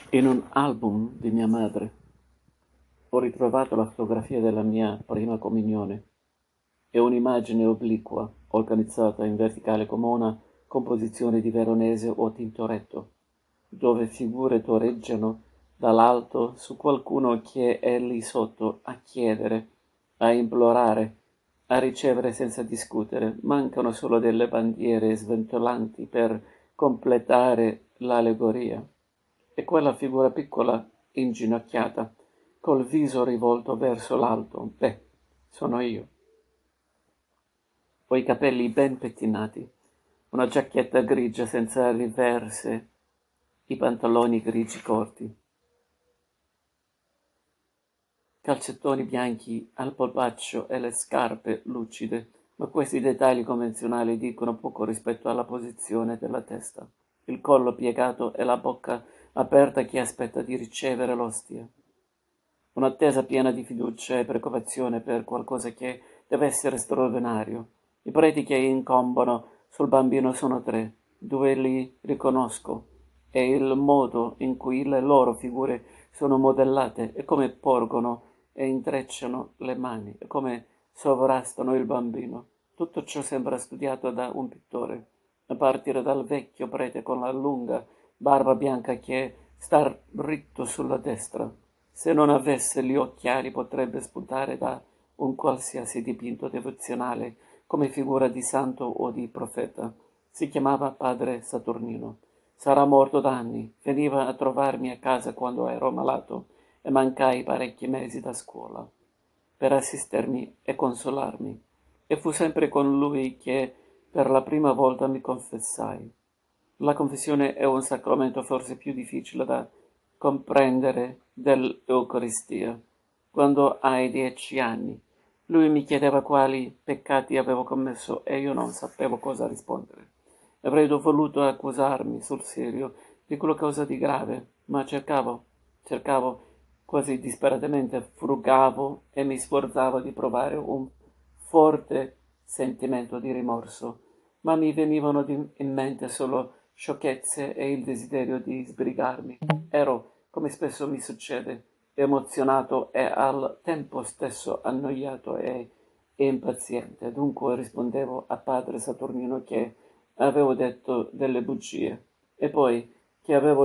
In un album di mia madre ho ritrovato la fotografia della mia prima comunione. È un'immagine obliqua, organizzata in verticale come una composizione di Veronese o Tintoretto, dove figure torreggiano dall'alto su qualcuno che è lì sotto a chiedere, a implorare, a ricevere senza discutere. Mancano solo delle bandiere sventolanti per completare l'allegoria. E quella figura piccola, inginocchiata, col viso rivolto verso l'alto, beh, sono io. Ho i capelli ben pettinati, una giacchetta grigia senza riverse, i pantaloni grigi corti, calzettoni bianchi al polpaccio e le scarpe lucide, ma questi dettagli convenzionali dicono poco rispetto alla posizione della testa, il collo piegato e la bocca aperta che aspetta di ricevere l'ostia. Un'attesa piena di fiducia e preoccupazione per qualcosa che deve essere straordinario. I preti che incombono sul bambino sono tre, due li riconosco, e il modo in cui le loro figure sono modellate e come porgono e intrecciano le mani e come sovrastano il bambino. Tutto ciò sembra studiato da un pittore, a partire dal vecchio prete con la lunga barba bianca che sta ritto sulla destra. Se non avesse gli occhiali potrebbe spuntare da un qualsiasi dipinto devozionale come figura di santo o di profeta. Si chiamava padre Saturnino. Sarà morto da anni. Veniva a trovarmi a casa quando ero malato e mancai parecchi mesi da scuola per assistermi e consolarmi. E fu sempre con lui che per la prima volta mi confessai. La confessione è un sacramento forse più difficile da comprendere dell'Eucaristia. Quando hai 10 anni, lui mi chiedeva quali peccati avevo commesso e io non sapevo cosa rispondere. Avrei voluto accusarmi sul serio di qualcosa di grave, ma cercavo quasi disperatamente, frugavo e mi sforzavo di provare un forte sentimento di rimorso, ma mi venivano in mente solo sciocchezze e il desiderio di sbrigarmi. Ero, come spesso mi succede, emozionato e al tempo stesso annoiato e impaziente. Dunque rispondevo a padre Saturnino che avevo detto delle bugie e poi che avevo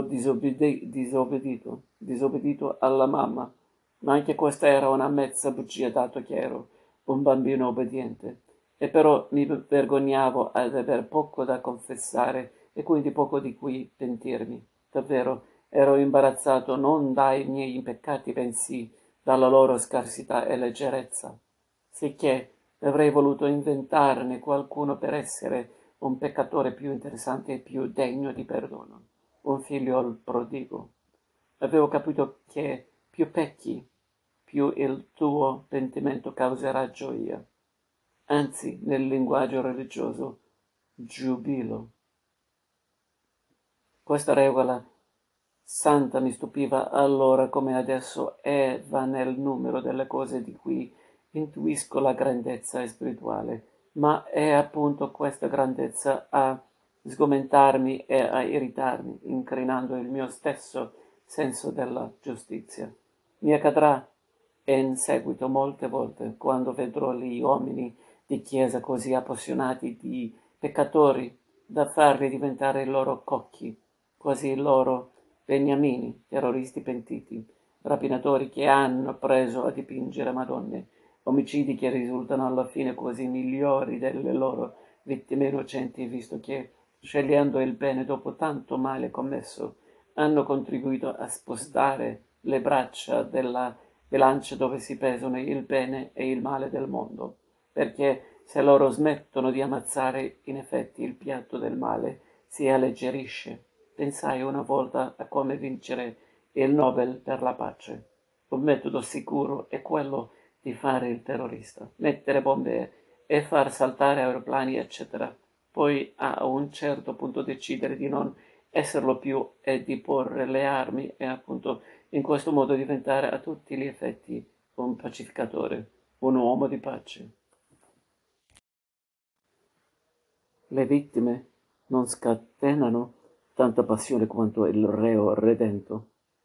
disobbedito alla mamma, ma anche questa era una mezza bugia dato che ero un bambino obbediente, e però mi vergognavo ad aver poco da confessare e quindi poco di cui pentirmi. Davvero, ero imbarazzato non dai miei peccati, bensì dalla loro scarsità e leggerezza, sicché avrei voluto inventarne qualcuno per essere un peccatore più interessante e più degno di perdono, un figliol prodigo. Avevo capito che più pecchi, più il tuo pentimento causerà gioia, anzi, nel linguaggio religioso, giubilo. Questa regola santa mi stupiva allora come adesso e va nel numero delle cose di cui intuisco la grandezza spirituale, ma è appunto questa grandezza a sgomentarmi e a irritarmi, incrinando il mio stesso senso della giustizia. Mi accadrà in seguito molte volte, quando vedrò gli uomini di chiesa così appassionati di peccatori da farli diventare i loro cocchi, quasi i loro beniamini, terroristi pentiti, rapinatori che hanno preso a dipingere Madonne, omicidi che risultano alla fine quasi migliori delle loro vittime innocenti, visto che, scegliendo il bene dopo tanto male commesso, hanno contribuito a spostare le braccia della bilancia dove si pesano il bene e il male del mondo, perché se loro smettono di ammazzare, in effetti il piatto del male si alleggerisce. Pensai una volta a come vincere il Nobel per la pace. Un metodo sicuro è quello di fare il terrorista, mettere bombe e far saltare aeroplani, eccetera. Poi a un certo punto decidere di non esserlo più e di porre le armi e appunto in questo modo diventare a tutti gli effetti un pacificatore, un uomo di pace. Le vittime non scatenano tanta passione quanto il reo redento.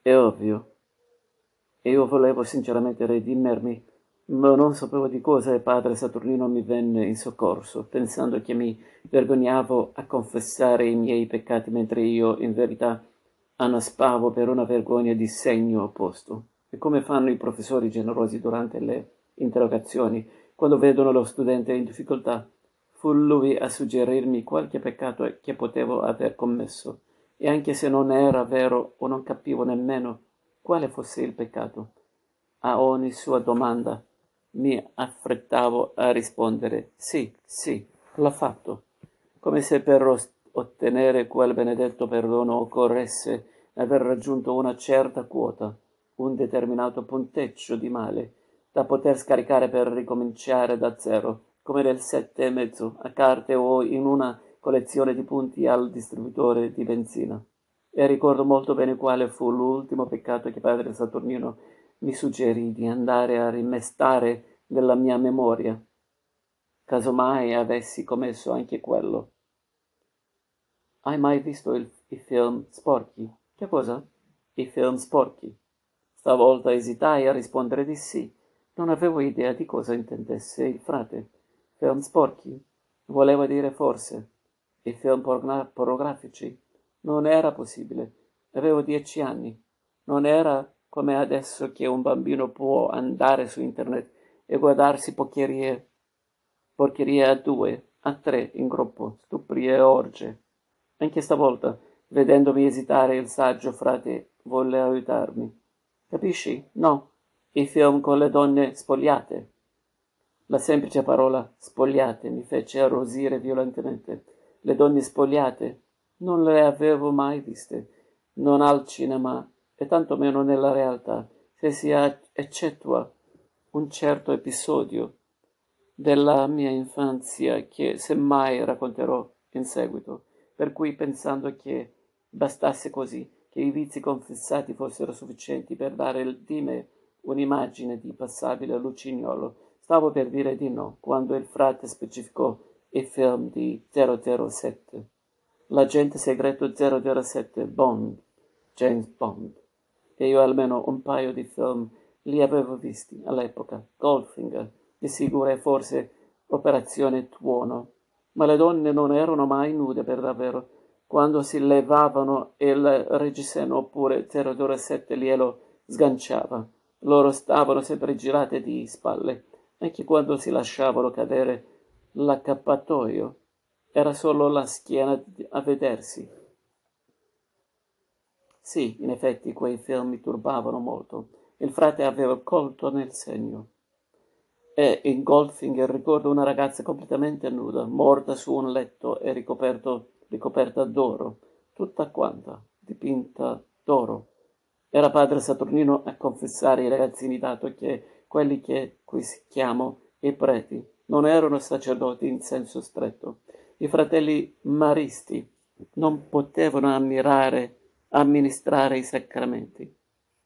È ovvio. E io volevo sinceramente redimermi, ma non sapevo di cosa e padre Saturnino mi venne in soccorso, pensando che mi vergognavo a confessare i miei peccati mentre io, in verità, annaspavo per una vergogna di segno opposto. E come fanno i professori generosi durante le interrogazioni, quando vedono lo studente in difficoltà, fu lui a suggerirmi qualche peccato che potevo aver commesso, e anche se non era vero o non capivo nemmeno quale fosse il peccato, a ogni sua domanda mi affrettavo a rispondere sì, sì, l'ho fatto, come se per ottenere quel benedetto perdono occorresse aver raggiunto una certa quota, un determinato punteggio di male, da poter scaricare per ricominciare da zero, come nel 7,5 a carte o in una collezione di punti al distributore di benzina. E ricordo molto bene quale fu l'ultimo peccato che padre Saturnino mi suggerì di andare a rimestare nella mia memoria, casomai avessi commesso anche quello. Hai mai visto i film sporchi? Che cosa? I film sporchi. Stavolta esitai a rispondere di sì. Non avevo idea di cosa intendesse il frate. Film sporchi? Voleva dire forse i film pornografici. Non era possibile. Avevo 10 anni. Non era come adesso che un bambino può andare su internet e guardarsi porcherie a due, a tre in gruppo, stupri e orge. Anche stavolta, vedendomi esitare, il saggio frate volle aiutarmi. Capisci? No, i film con le donne spogliate. La semplice parola spogliate mi fece arrosire violentemente. Le donne spogliate non le avevo mai viste, non al cinema e tantomeno nella realtà, se si eccettua un certo episodio della mia infanzia che semmai racconterò in seguito, per cui pensando che bastasse così, che i vizi confessati fossero sufficienti per dare di me un'immagine di passabile lucignolo, stavo per dire di no, quando il frate specificò i film di 007. L'agente segreto 007, Bond, James Bond. E io almeno un paio di film li avevo visti all'epoca. Goldfinger, di sicuro e forse Operazione Tuono. Ma le donne non erano mai nude per davvero. Quando si levavano il reggiseno oppure 007 glielo sganciava. Loro stavano sempre girate di spalle, anche quando si lasciavano cadere l'accappatoio. Era solo la schiena a vedersi. Sì, in effetti quei film mi turbavano molto. Il frate aveva colto nel segno. E in Goldfinger ricordo una ragazza completamente nuda, morta su un letto e ricoperta d'oro, tutta quanta, dipinta d'oro. Era padre Saturnino a confessare i ragazzini, dato che quelli che qui si chiamo i preti non erano sacerdoti in senso stretto. I fratelli maristi non potevano amministrare i sacramenti.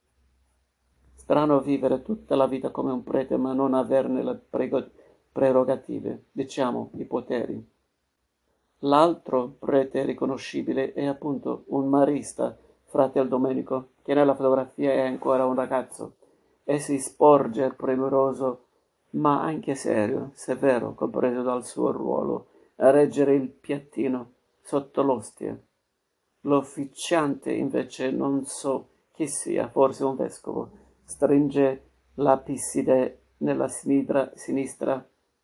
Strano vivere tutta la vita come un prete ma non averne le prerogative, diciamo, i poteri. L'altro prete riconoscibile è appunto un marista, frate Domenico, che nella fotografia è ancora un ragazzo e si sporge premuroso, ma anche serio, severo, compreso dal suo ruolo, a reggere il piattino sotto l'ostia. L'officiante invece non so chi sia, forse un vescovo, stringe la pisside nella sinistra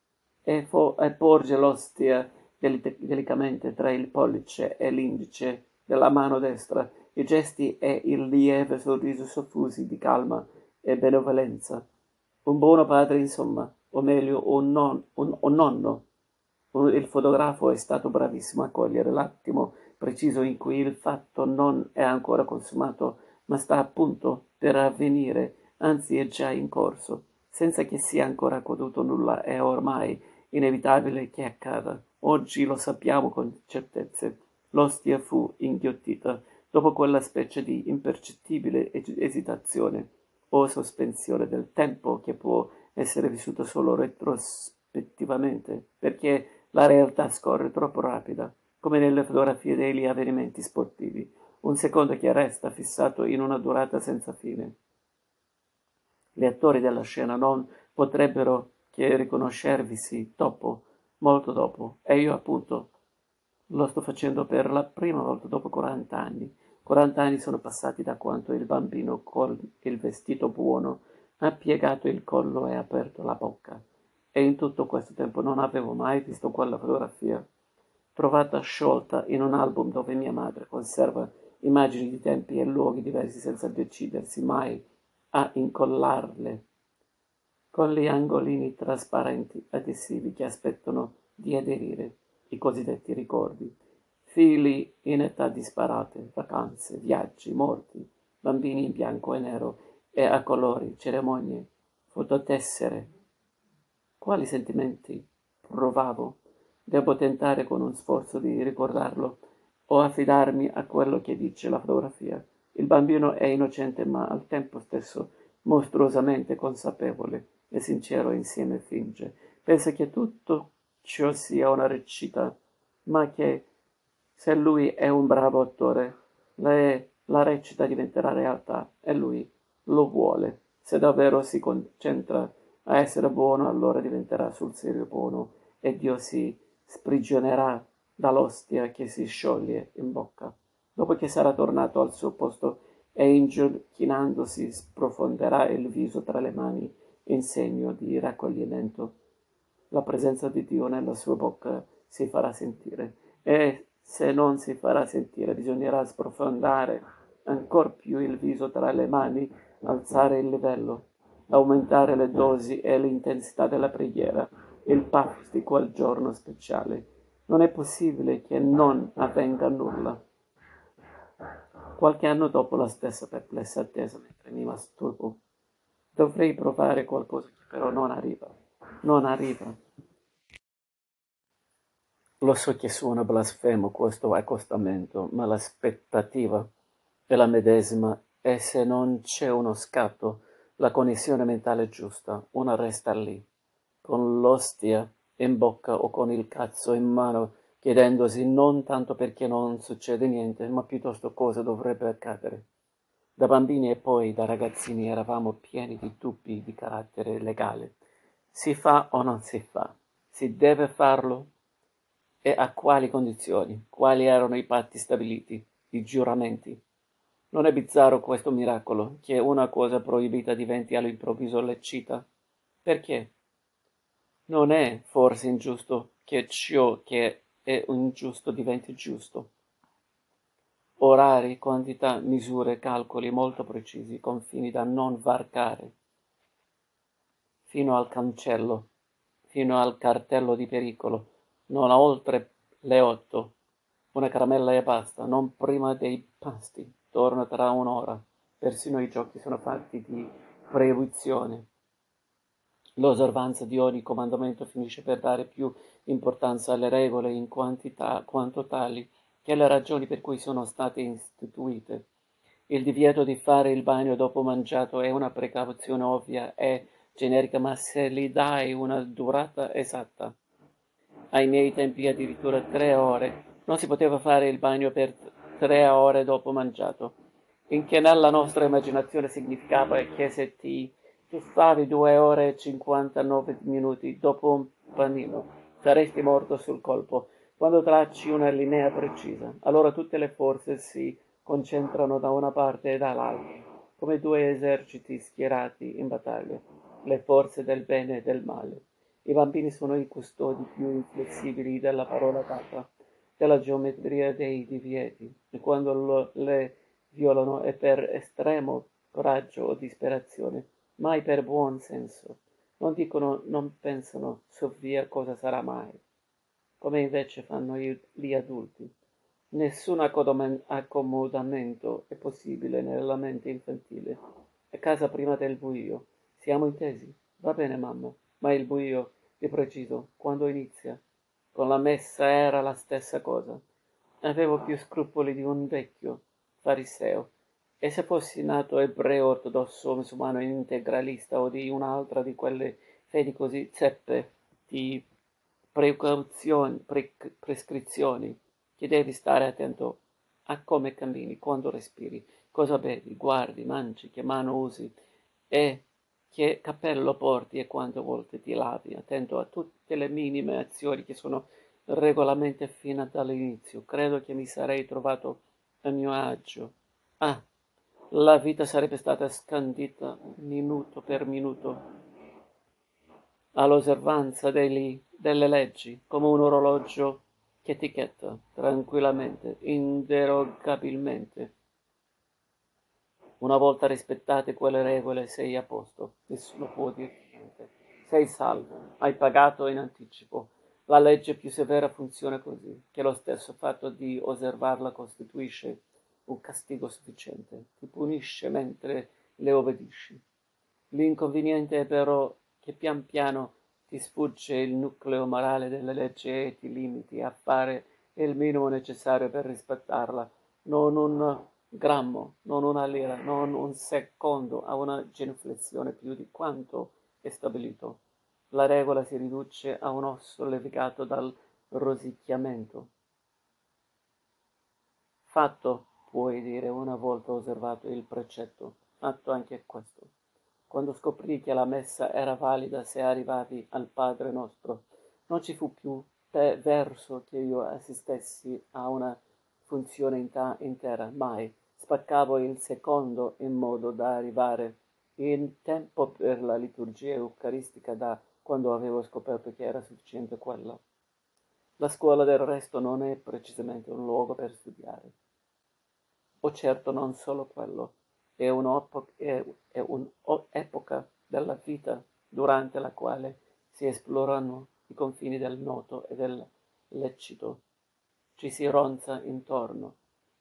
e porge l'ostia delicatamente tra il pollice e l'indice della mano destra, i gesti e il lieve sorriso soffusi di calma e benevolenza. Un buono padre, insomma, o meglio, un nonno. Il fotografo è stato bravissimo a cogliere l'attimo preciso in cui il fatto non è ancora consumato, ma sta appunto per avvenire, anzi è già in corso, senza che sia ancora accaduto nulla, è ormai inevitabile che accada. Oggi lo sappiamo con certezze. L'ostia fu inghiottita dopo quella specie di impercettibile esitazione o sospensione del tempo che può essere vissuto solo retrospettivamente, perché la realtà scorre troppo rapida, come nelle fotografie degli avvenimenti sportivi. un secondo che resta fissato in una durata senza fine. Gli attori della scena non potrebbero che riconoscervisi dopo, molto dopo, e io appunto lo sto facendo per la prima volta dopo 40 anni. 40 anni sono passati da quando il bambino con il vestito buono ha piegato il collo e aperto la bocca. E in tutto questo tempo non avevo mai visto quella fotografia, trovata sciolta in un album dove mia madre conserva immagini di tempi e luoghi diversi senza decidersi mai a incollarle con gli angolini trasparenti adesivi che aspettano di aderire, i cosiddetti ricordi, figli in età disparate, vacanze, viaggi, morti, bambini in bianco e nero e a colori, cerimonie, fototessere. Quali sentimenti provavo? Devo tentare con un sforzo di ricordarlo o affidarmi a quello che dice la fotografia. Il bambino è innocente ma al tempo stesso mostruosamente consapevole e sincero insieme finge. Pensa che tutto ciò sia una recita, ma che se lui è un bravo attore, la recita diventerà realtà e lui lo vuole. Se davvero si concentra a essere buono, allora diventerà sul serio buono e Dio si sprigionerà dall'ostia che si scioglie in bocca. Dopo che sarà tornato al suo posto e ingiochinandosi sprofonderà il viso tra le mani in segno di raccoglimento. La presenza di Dio nella sua bocca si farà sentire e se non si farà sentire bisognerà sprofondare ancor più il viso tra le mani, alzare il livello, aumentare le dosi e l'intensità della preghiera, il pathos di quel giorno speciale. Non è possibile che non avvenga nulla. Qualche anno dopo la stessa perplessa attesa mentre mi masturbo. Dovrei provare qualcosa che però non arriva. Non arriva. Lo so che suona blasfemo questo accostamento, ma l'aspettativa è la medesima e se non c'è uno scatto, la connessione mentale giusta, una resta lì, con l'ostia in bocca o con il cazzo in mano, chiedendosi non tanto perché non succede niente, ma piuttosto cosa dovrebbe accadere. Da bambini e poi da ragazzini eravamo pieni di dubbi di carattere legale. Si fa o non si fa? Si deve farlo? E a quali condizioni? Quali erano i patti stabiliti, i giuramenti? Non è bizzarro questo miracolo, che una cosa proibita diventi all'improvviso lecita? Perché? Non è forse ingiusto che ciò che è ingiusto diventi giusto? Orari, quantità, misure, calcoli molto precisi, confini da non varcare, fino al cancello, fino al cartello di pericolo, non oltre le 8. Una caramella e basta, non prima dei pasti. Torna tra un'ora. Persino i giochi sono fatti di proibizione. L'osservanza di ogni comandamento finisce per dare più importanza alle regole in quantità quanto tali che alle ragioni per cui sono state istituite. Il divieto di fare il bagno dopo mangiato è una precauzione ovvia e generica, ma se gli dai una durata esatta, ai miei tempi addirittura 3 ore, non si poteva fare il bagno per 3 ore dopo mangiato, in che nella nostra immaginazione significava che se ti tuffavi 2 ore e 59 minuti dopo un panino, saresti morto sul colpo. Quando tracci una linea precisa, allora tutte le forze si concentrano da una parte e dall'altra, come due eserciti schierati in battaglia, le forze del bene e del male. I bambini sono i custodi più inflessibili della parola data, della geometria dei divieti, e quando le violano è per estremo coraggio o disperazione, mai per buon senso. Non dicono, non pensano, su via cosa sarà mai, come invece fanno gli adulti. Nessun accomodamento è possibile nella mente infantile. È casa prima del buio. Siamo intesi? Va bene, mamma, ma il buio, di preciso, quando inizia? Con la messa era la stessa cosa. Avevo più scrupoli di un vecchio fariseo. E se fossi nato ebreo ortodosso, musulmano integralista o di un'altra di quelle fedi così zeppe di prescrizioni, che devi stare attento a come cammini, quando respiri, cosa bevi, guardi, mangi, che mano usi e che cappello porti e quante volte ti lavi, attento a tutte le minime azioni che sono regolarmente fino dall'inizio. Credo che mi sarei trovato a mio agio. Ah, la vita sarebbe stata scandita minuto per minuto all'osservanza delle leggi, come un orologio che ticchetta tranquillamente, inderogabilmente. Una volta rispettate quelle regole sei a posto, nessuno può dirti niente. Sei salvo, hai pagato in anticipo. La legge più severa funziona così, che lo stesso fatto di osservarla costituisce un castigo sufficiente, ti punisce mentre le obbedisci. L'inconveniente è però che pian piano ti sfugge il nucleo morale della legge e ti limiti a fare il minimo necessario per rispettarla, non un grammo, non una lira, non un secondo a una genuflessione più di quanto è stabilito. La regola si riduce a un osso levigato dal rosicchiamento. Fatto, puoi dire, una volta osservato il precetto, fatto anche questo. Quando scoprì che la messa era valida se arrivavi al Padre nostro, non ci fu più verso che io assistessi a una funzione intera, mai. Spaccavo il secondo in modo da arrivare in tempo per la liturgia eucaristica da quando avevo scoperto che era sufficiente quella. La scuola del resto non è precisamente un luogo per studiare. O certo non solo quello, è un'epoca della vita durante la quale si esplorano i confini del noto e del lecito, ci si ronza intorno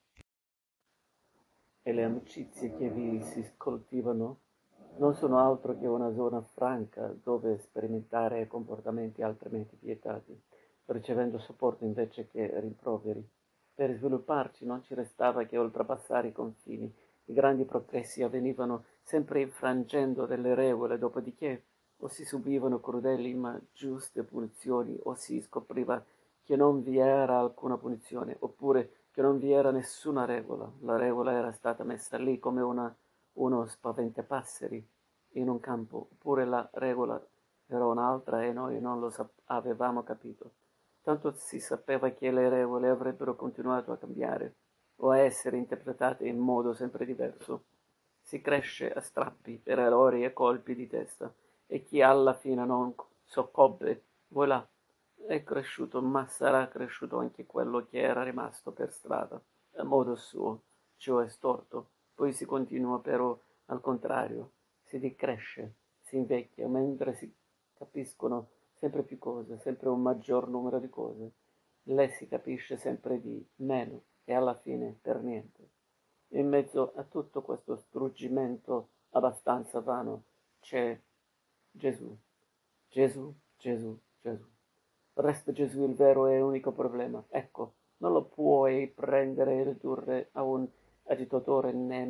e le amicizie che vi si coltivano non sono altro che una zona franca dove sperimentare comportamenti altrimenti vietati, ricevendo supporto invece che rimproveri. Per svilupparci non ci restava che oltrepassare i confini. I grandi progressi avvenivano sempre infrangendo delle regole, dopodiché o si subivano crudeli ma giuste punizioni o si scopriva che non vi era alcuna punizione, oppure che non vi era nessuna regola. La regola era stata messa lì come uno spaventapasseri in un campo, oppure la regola era un'altra e noi non lo avevamo capito. Tanto si sapeva che le regole avrebbero continuato a cambiare o a essere interpretate in modo sempre diverso. Si cresce a strappi per errori e colpi di testa e chi alla fine non soccombe, voilà, è cresciuto, ma sarà cresciuto anche quello che era rimasto per strada, a modo suo, cioè storto. Poi si continua però al contrario, si decresce, si invecchia, mentre si capiscono sempre più cose, sempre un maggior numero di cose. Lei si capisce sempre di meno e alla fine per niente. In mezzo a tutto questo struggimento abbastanza vano c'è Gesù. Gesù, Gesù, Gesù. Resta Gesù il vero e unico problema. Ecco, non lo puoi prendere e ridurre a un agitatore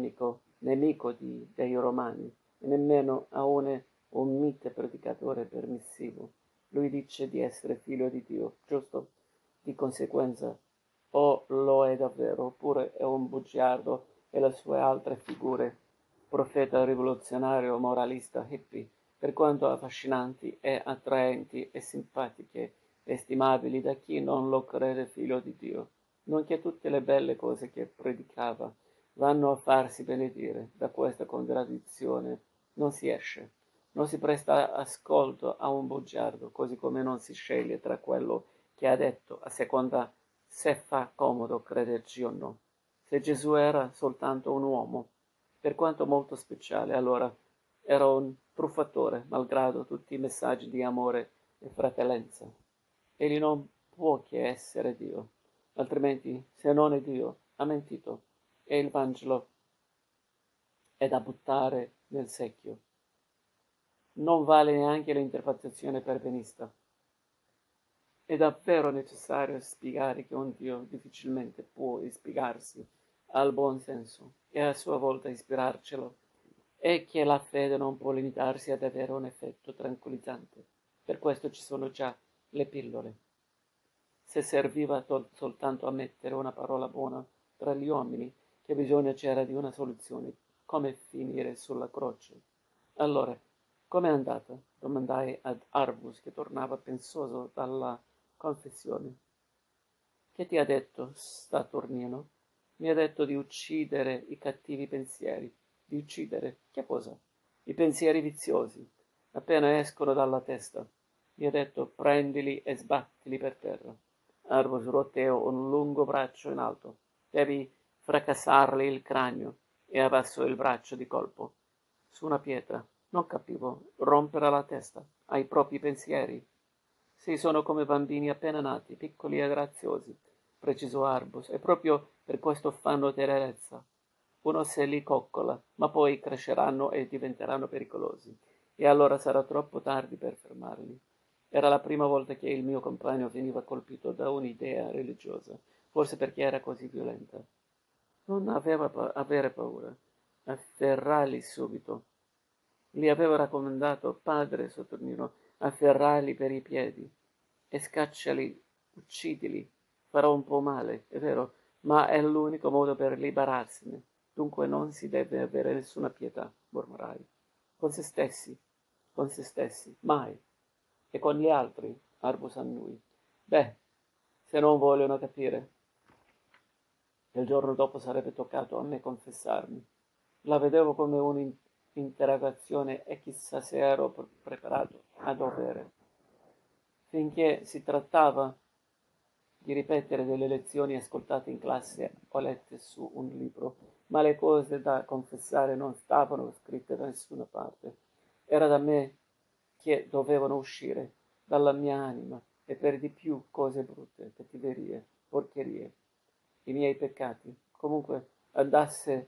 nemico dei romani, e nemmeno a un mite predicatore permissivo. Lui dice di essere figlio di Dio, giusto? Di conseguenza, o lo è davvero, oppure è un bugiardo e le sue altre figure, profeta rivoluzionario, moralista, hippie, per quanto affascinanti e attraenti e simpatiche e stimabili da chi non lo crede figlio di Dio, nonché tutte le belle cose che predicava, vanno a farsi benedire. Da questa contraddizione non si esce, non si presta ascolto a un bugiardo, così come non si sceglie tra quello che ha detto, a seconda se fa comodo crederci o no. Se Gesù era soltanto un uomo, per quanto molto speciale, allora era un truffatore, malgrado tutti i messaggi di amore e fratellanza. Egli non può che essere Dio, altrimenti, se non è Dio, ha mentito, e il Vangelo è da buttare nel secchio. Non vale neanche l'interpretazione perbenista. È davvero necessario spiegare che un Dio difficilmente può ispirarsi al buon senso e a sua volta ispirarcelo, e che la fede non può limitarsi ad avere un effetto tranquillizzante. Per questo ci sono già le pillole. Se serviva soltanto a mettere una parola buona tra gli uomini, che bisogno c'era di una soluzione, come finire sulla croce. Allora, com'è andata? Domandai ad Arbus, che tornava pensoso dalla confessione. Che ti ha detto, Saturnino? Mi ha detto di uccidere i cattivi pensieri. Di uccidere? Che cosa? I pensieri viziosi. Appena escono dalla testa. Mi ha detto prendili e sbattili per terra. Arbus roteò un lungo braccio in alto. Devi fracassarli il cranio e abbassò il braccio di colpo. Su una pietra. Non capivo. Rompere la testa ai propri pensieri. Sì, sono come bambini appena nati, piccoli e graziosi, precisò Arbus, e proprio per questo fanno tenerezza. Uno se li coccola, ma poi cresceranno e diventeranno pericolosi, e allora sarà troppo tardi per fermarli. Era la prima volta che il mio compagno veniva colpito da un'idea religiosa, forse perché era così violenta. Non aveva avere paura. Afferrarli subito. Gli aveva raccomandato padre Saturnino, afferrarli per i piedi e scacciali, uccidili. Farò un po' male, è vero, ma è l'unico modo per liberarsene. Dunque non si deve avere nessuna pietà, mormorai. Con se stessi, mai. E con gli altri, Arbus annui. Beh, se non vogliono capire. Il giorno dopo sarebbe toccato a me confessarmi. La vedevo come un'interrogazione e chissà se ero preparato a dovere. Finché si trattava di ripetere delle lezioni ascoltate in classe o lette su un libro, ma le cose da confessare non stavano scritte da nessuna parte. Era da me che dovevano uscire, dalla mia anima, e per di più cose brutte, cattiverie, porcherie, i miei peccati. Comunque andasse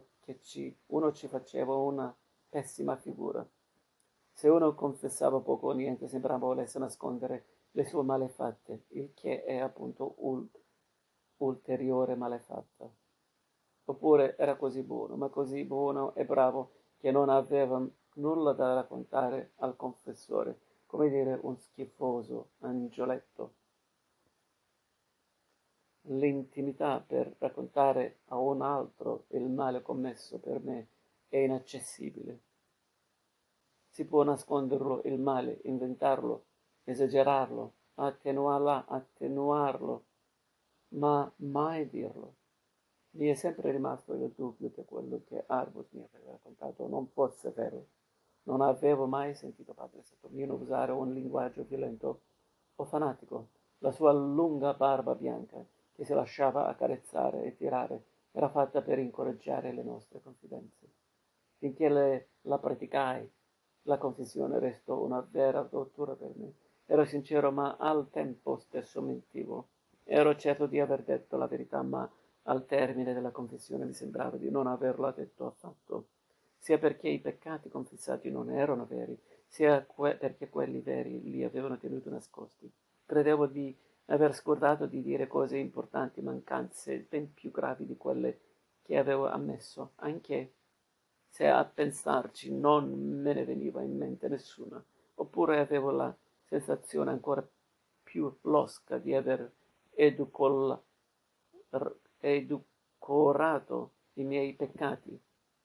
uno ci faceva una pessima figura. Se uno confessava poco o niente, sembrava volesse nascondere le sue malefatte, il che è appunto ulteriore malefatta. Oppure era così buono, ma così buono e bravo che non aveva nulla da raccontare al confessore, come dire un schifoso angioletto. L'intimità per raccontare a un altro il male commesso per me è inaccessibile. Si può nasconderlo il male, inventarlo, esagerarlo, attenuarlo, ma mai dirlo. Mi è sempre rimasto il dubbio che quello che Arbus mi aveva raccontato non fosse vero. Non avevo mai sentito padre Saturnino usare un linguaggio violento o fanatico. La sua lunga barba bianca, che si lasciava accarezzare e tirare, era fatta per incoraggiare le nostre confidenze. Finché la praticai, la confessione restò una vera tortura per me. Ero sincero, ma al tempo stesso mentivo. Ero certo di aver detto la verità, ma al termine della confessione mi sembrava di non averla detto affatto, sia perché i peccati confessati non erano veri, sia perché quelli veri li avevano tenuti nascosti. Credevo di aver scordato di dire cose importanti, mancanze ben più gravi di quelle che avevo ammesso, anche se a pensarci non me ne veniva in mente nessuna, oppure avevo la sensazione ancora più losca di aver educol- edulcorato i miei peccati,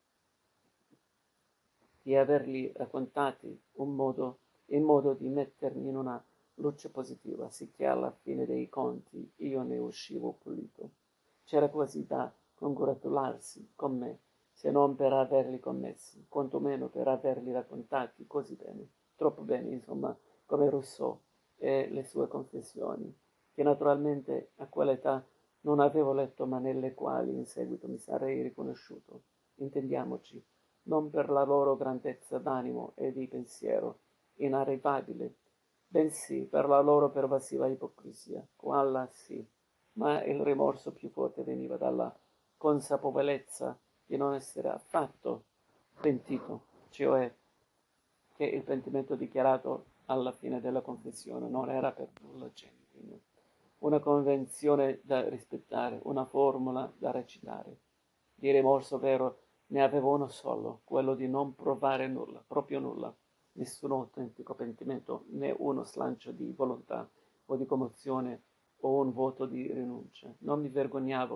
di averli raccontati in modo di mettermi in una luce positiva, sicché alla fine dei conti io ne uscivo pulito. C'era quasi da congratularsi con me, se non per averli commessi, quantomeno per averli raccontati così bene, troppo bene, insomma, come Rousseau e le sue confessioni, che naturalmente a quell'età non avevo letto, ma nelle quali in seguito mi sarei riconosciuto. Intendiamoci, non per la loro grandezza d'animo e di pensiero inarrivabile, bensì per la loro pervasiva ipocrisia, quella sì, ma il rimorso più forte veniva dalla consapevolezza di non essere affatto pentito, cioè che il pentimento dichiarato alla fine della confessione non era per nulla genuino, una convenzione da rispettare, una formula da recitare. Di rimorso vero ne avevo uno solo, quello di non provare nulla, proprio nulla, nessun autentico pentimento, né uno slancio di volontà o di commozione o un voto di rinuncia. Non mi vergognavo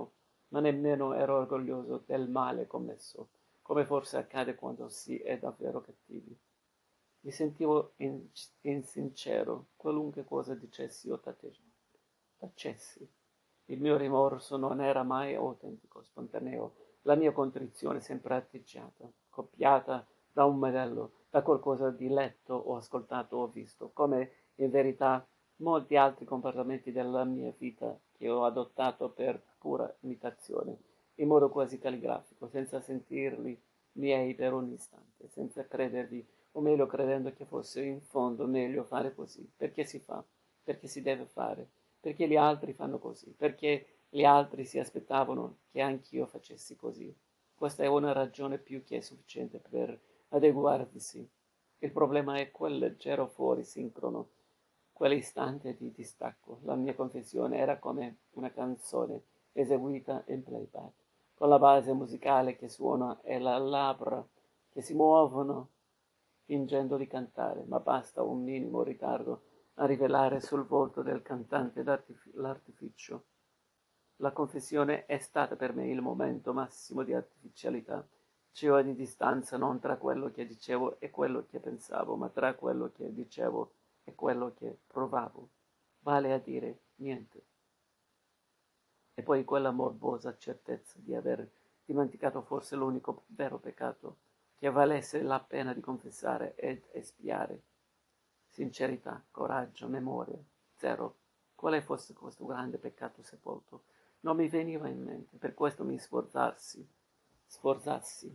ma nemmeno ero orgoglioso del male commesso, come forse accade quando si è davvero cattivi. Mi sentivo insincero, qualunque cosa dicessi o tacessi. Il mio rimorso non era mai autentico, spontaneo, la mia contrizione sempre atteggiata, copiata da un modello, da qualcosa di letto o ascoltato o visto, come in verità molti altri comportamenti della mia vita che ho adottato per pura imitazione, in modo quasi calligrafico, senza sentirli miei per un istante, senza credervi, o meglio credendo che fosse in fondo meglio fare così, perché si fa, perché si deve fare, perché gli altri fanno così, perché gli altri si aspettavano che anch'io facessi così. Questa è una ragione più che sufficiente per adeguarvisi. Il problema è quel leggero fuori sincrono, quell'istante di distacco. La mia confessione era come una canzone eseguita in playback, con la base musicale che suona e le labbra che si muovono fingendo di cantare, ma basta un minimo ritardo a rivelare sul volto del cantante l'artificio. La confessione è stata per me il momento massimo di artificialità, cioè di distanza non tra quello che dicevo e quello che pensavo, ma tra quello che dicevo e quello che provavo, vale a dire niente. E poi quella morbosa certezza di aver dimenticato forse l'unico vero peccato che valesse la pena di confessare ed espiare. Sincerità, coraggio, memoria, zero. Quale fosse questo grande peccato sepolto? Non mi veniva in mente, per questo mi sforzassi.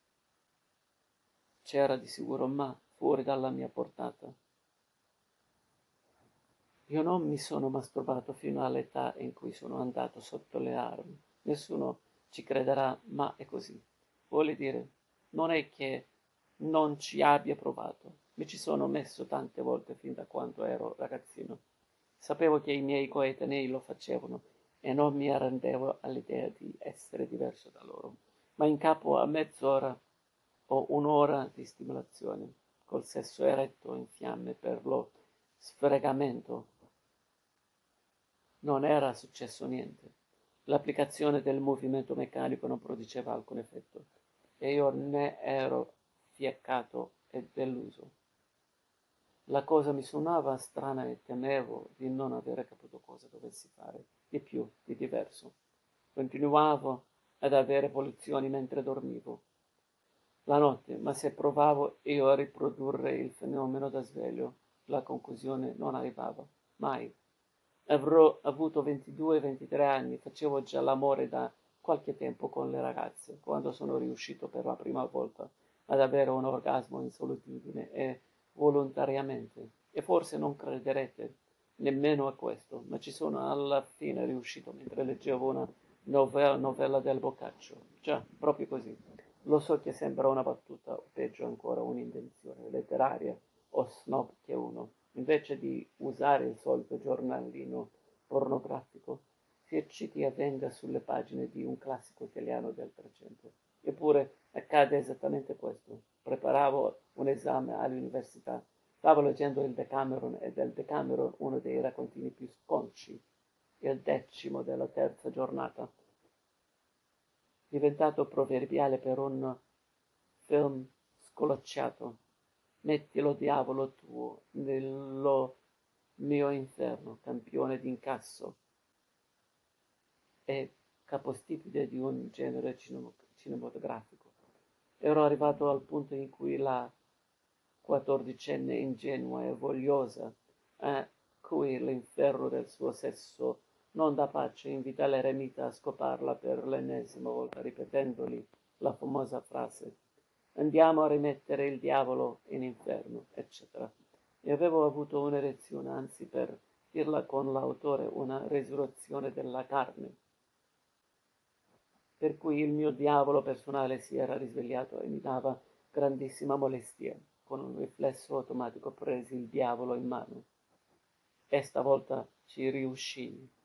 C'era di sicuro, ma fuori dalla mia portata. Io non mi sono masturbato fino all'età in cui sono andato sotto le armi. Nessuno ci crederà, ma è così. Vuole dire, non è che non ci abbia provato. Mi ci sono messo tante volte fin da quando ero ragazzino. Sapevo che i miei coetanei lo facevano e non mi arrendevo all'idea di essere diverso da loro. Ma in capo a mezz'ora o un'ora di stimolazione, col sesso eretto in fiamme per lo sfregamento, non era successo niente. L'applicazione del movimento meccanico non produceva alcun effetto e io ne ero fiaccato e deluso. La cosa mi suonava strana e temevo di non avere capito cosa dovessi fare di più, di diverso. Continuavo ad avere polluzioni mentre dormivo la notte, ma se provavo io a riprodurre il fenomeno da sveglio, la conclusione non arrivava, mai. Avrò avuto 22-23 anni, facevo già l'amore da qualche tempo con le ragazze, quando sono riuscito per la prima volta ad avere un orgasmo in solitudine e volontariamente. E forse non crederete nemmeno a questo, ma ci sono alla fine riuscito mentre leggevo una novella del Boccaccio. Già, proprio così. Lo so che sembra una battuta, o peggio ancora un'invenzione letteraria o snob che uno, invece di usare il solito giornalino pornografico, si ecciti a venga sulle pagine di un classico italiano del Trecento. Eppure accade esattamente questo. Preparavo un esame all'università, stavo leggendo il Decameron e del Decameron uno dei raccontini più sconci, il 10° della terza giornata, diventato proverbiale per un film scolacciato. Metti lo diavolo tuo nello mio inferno, campione d'incasso e capostipite di un genere cinematografico. Ero arrivato al punto in cui la quattordicenne ingenua e vogliosa, a cui l'inferno del suo sesso non dà pace, invita l'eremita a scoparla per l'ennesima volta, ripetendogli la famosa frase «Andiamo a rimettere il diavolo in inferno», eccetera. E avevo avuto un'erezione, anzi, per dirla con l'autore, una risurrezione della carne, per cui il mio diavolo personale si era risvegliato e mi dava grandissima molestia. Con un riflesso automatico presi il diavolo in mano e stavolta ci riuscii.